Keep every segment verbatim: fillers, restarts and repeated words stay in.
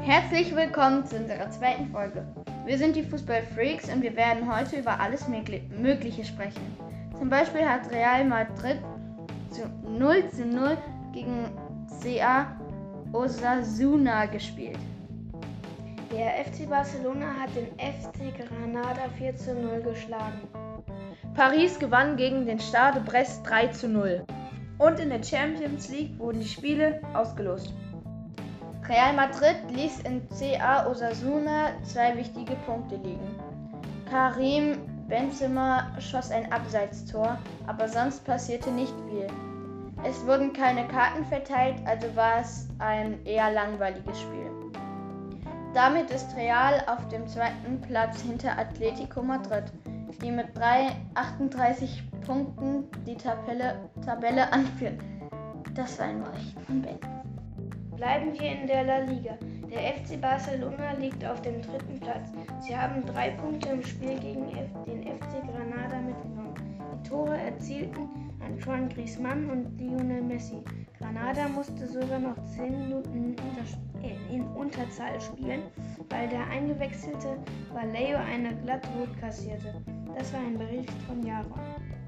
Herzlich willkommen zu unserer zweiten Folge. Wir sind die Fußballfreaks und wir werden heute über alles Mögliche sprechen. Zum Beispiel hat Real Madrid null zu null gegen C A Osasuna gespielt. Der F C Barcelona hat den F C Granada vier zu null geschlagen. Paris gewann gegen den Stade Brest drei zu null. Und in der Champions League wurden die Spiele ausgelost. Real Madrid ließ in C A Osasuna zwei wichtige Punkte liegen. Karim Benzema schoss ein Abseitstor, aber sonst passierte nicht viel. Es wurden keine Karten verteilt, also war es ein eher langweiliges Spiel. Damit ist Real auf dem zweiten Platz hinter Atletico Madrid, die mit achtunddreißig Punkten die Tabelle, Tabelle anführen. Das war ein Bericht von Ben. Bleiben wir in der La Liga. Der F C Barcelona liegt auf dem dritten Platz. Sie haben drei Punkte im Spiel gegen den F C Granada mitgenommen. Die Tore erzielten Antoine Griezmann und Lionel Messi. Granada musste sogar noch zehn Minuten in Unterzahl spielen, weil der eingewechselte Vallejo eine Glattrot kassierte. Das war ein Bericht von Jaron.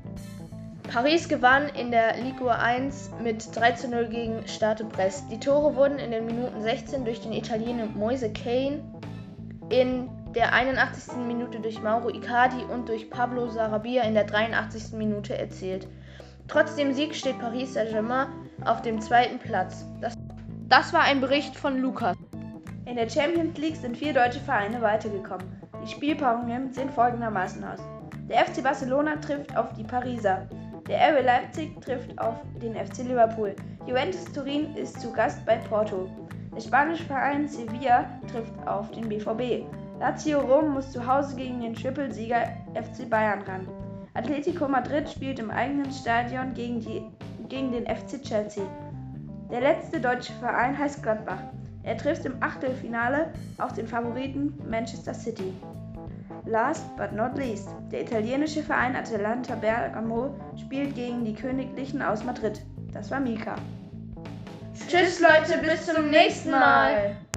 Paris gewann in der Ligue eins mit drei zu null gegen Stade Brest. Die Tore wurden in den Minuten sechzehn durch den Italiener Moise Kean, in der einundachtzigsten Minute durch Mauro Icardi und durch Pablo Sarabia in der dreiundachtzigsten Minute erzielt. Trotz dem Sieg steht Paris Saint-Germain auf dem zweiten Platz. Das, das war ein Bericht von Lukas. In der Champions League sind vier deutsche Vereine weitergekommen. Die Spielpaarungen sehen folgendermaßen aus. Der F C Barcelona trifft auf die Pariser. Der R B Leipzig trifft auf den F C Liverpool. Juventus Turin ist zu Gast bei Porto. Der spanische Verein Sevilla trifft auf den B V B. Lazio Rom muss zu Hause gegen den Trippelsieger F C Bayern ran. Atletico Madrid spielt im eigenen Stadion gegen, die, gegen den F C Chelsea. Der letzte deutsche Verein heißt Gladbach. Er trifft im Achtelfinale auf den Favoriten Manchester City. Last but not least, der italienische Verein Atalanta Bergamo spielt gegen die Königlichen aus Madrid. Das war Mika. Tschüss Leute, bis zum nächsten Mal!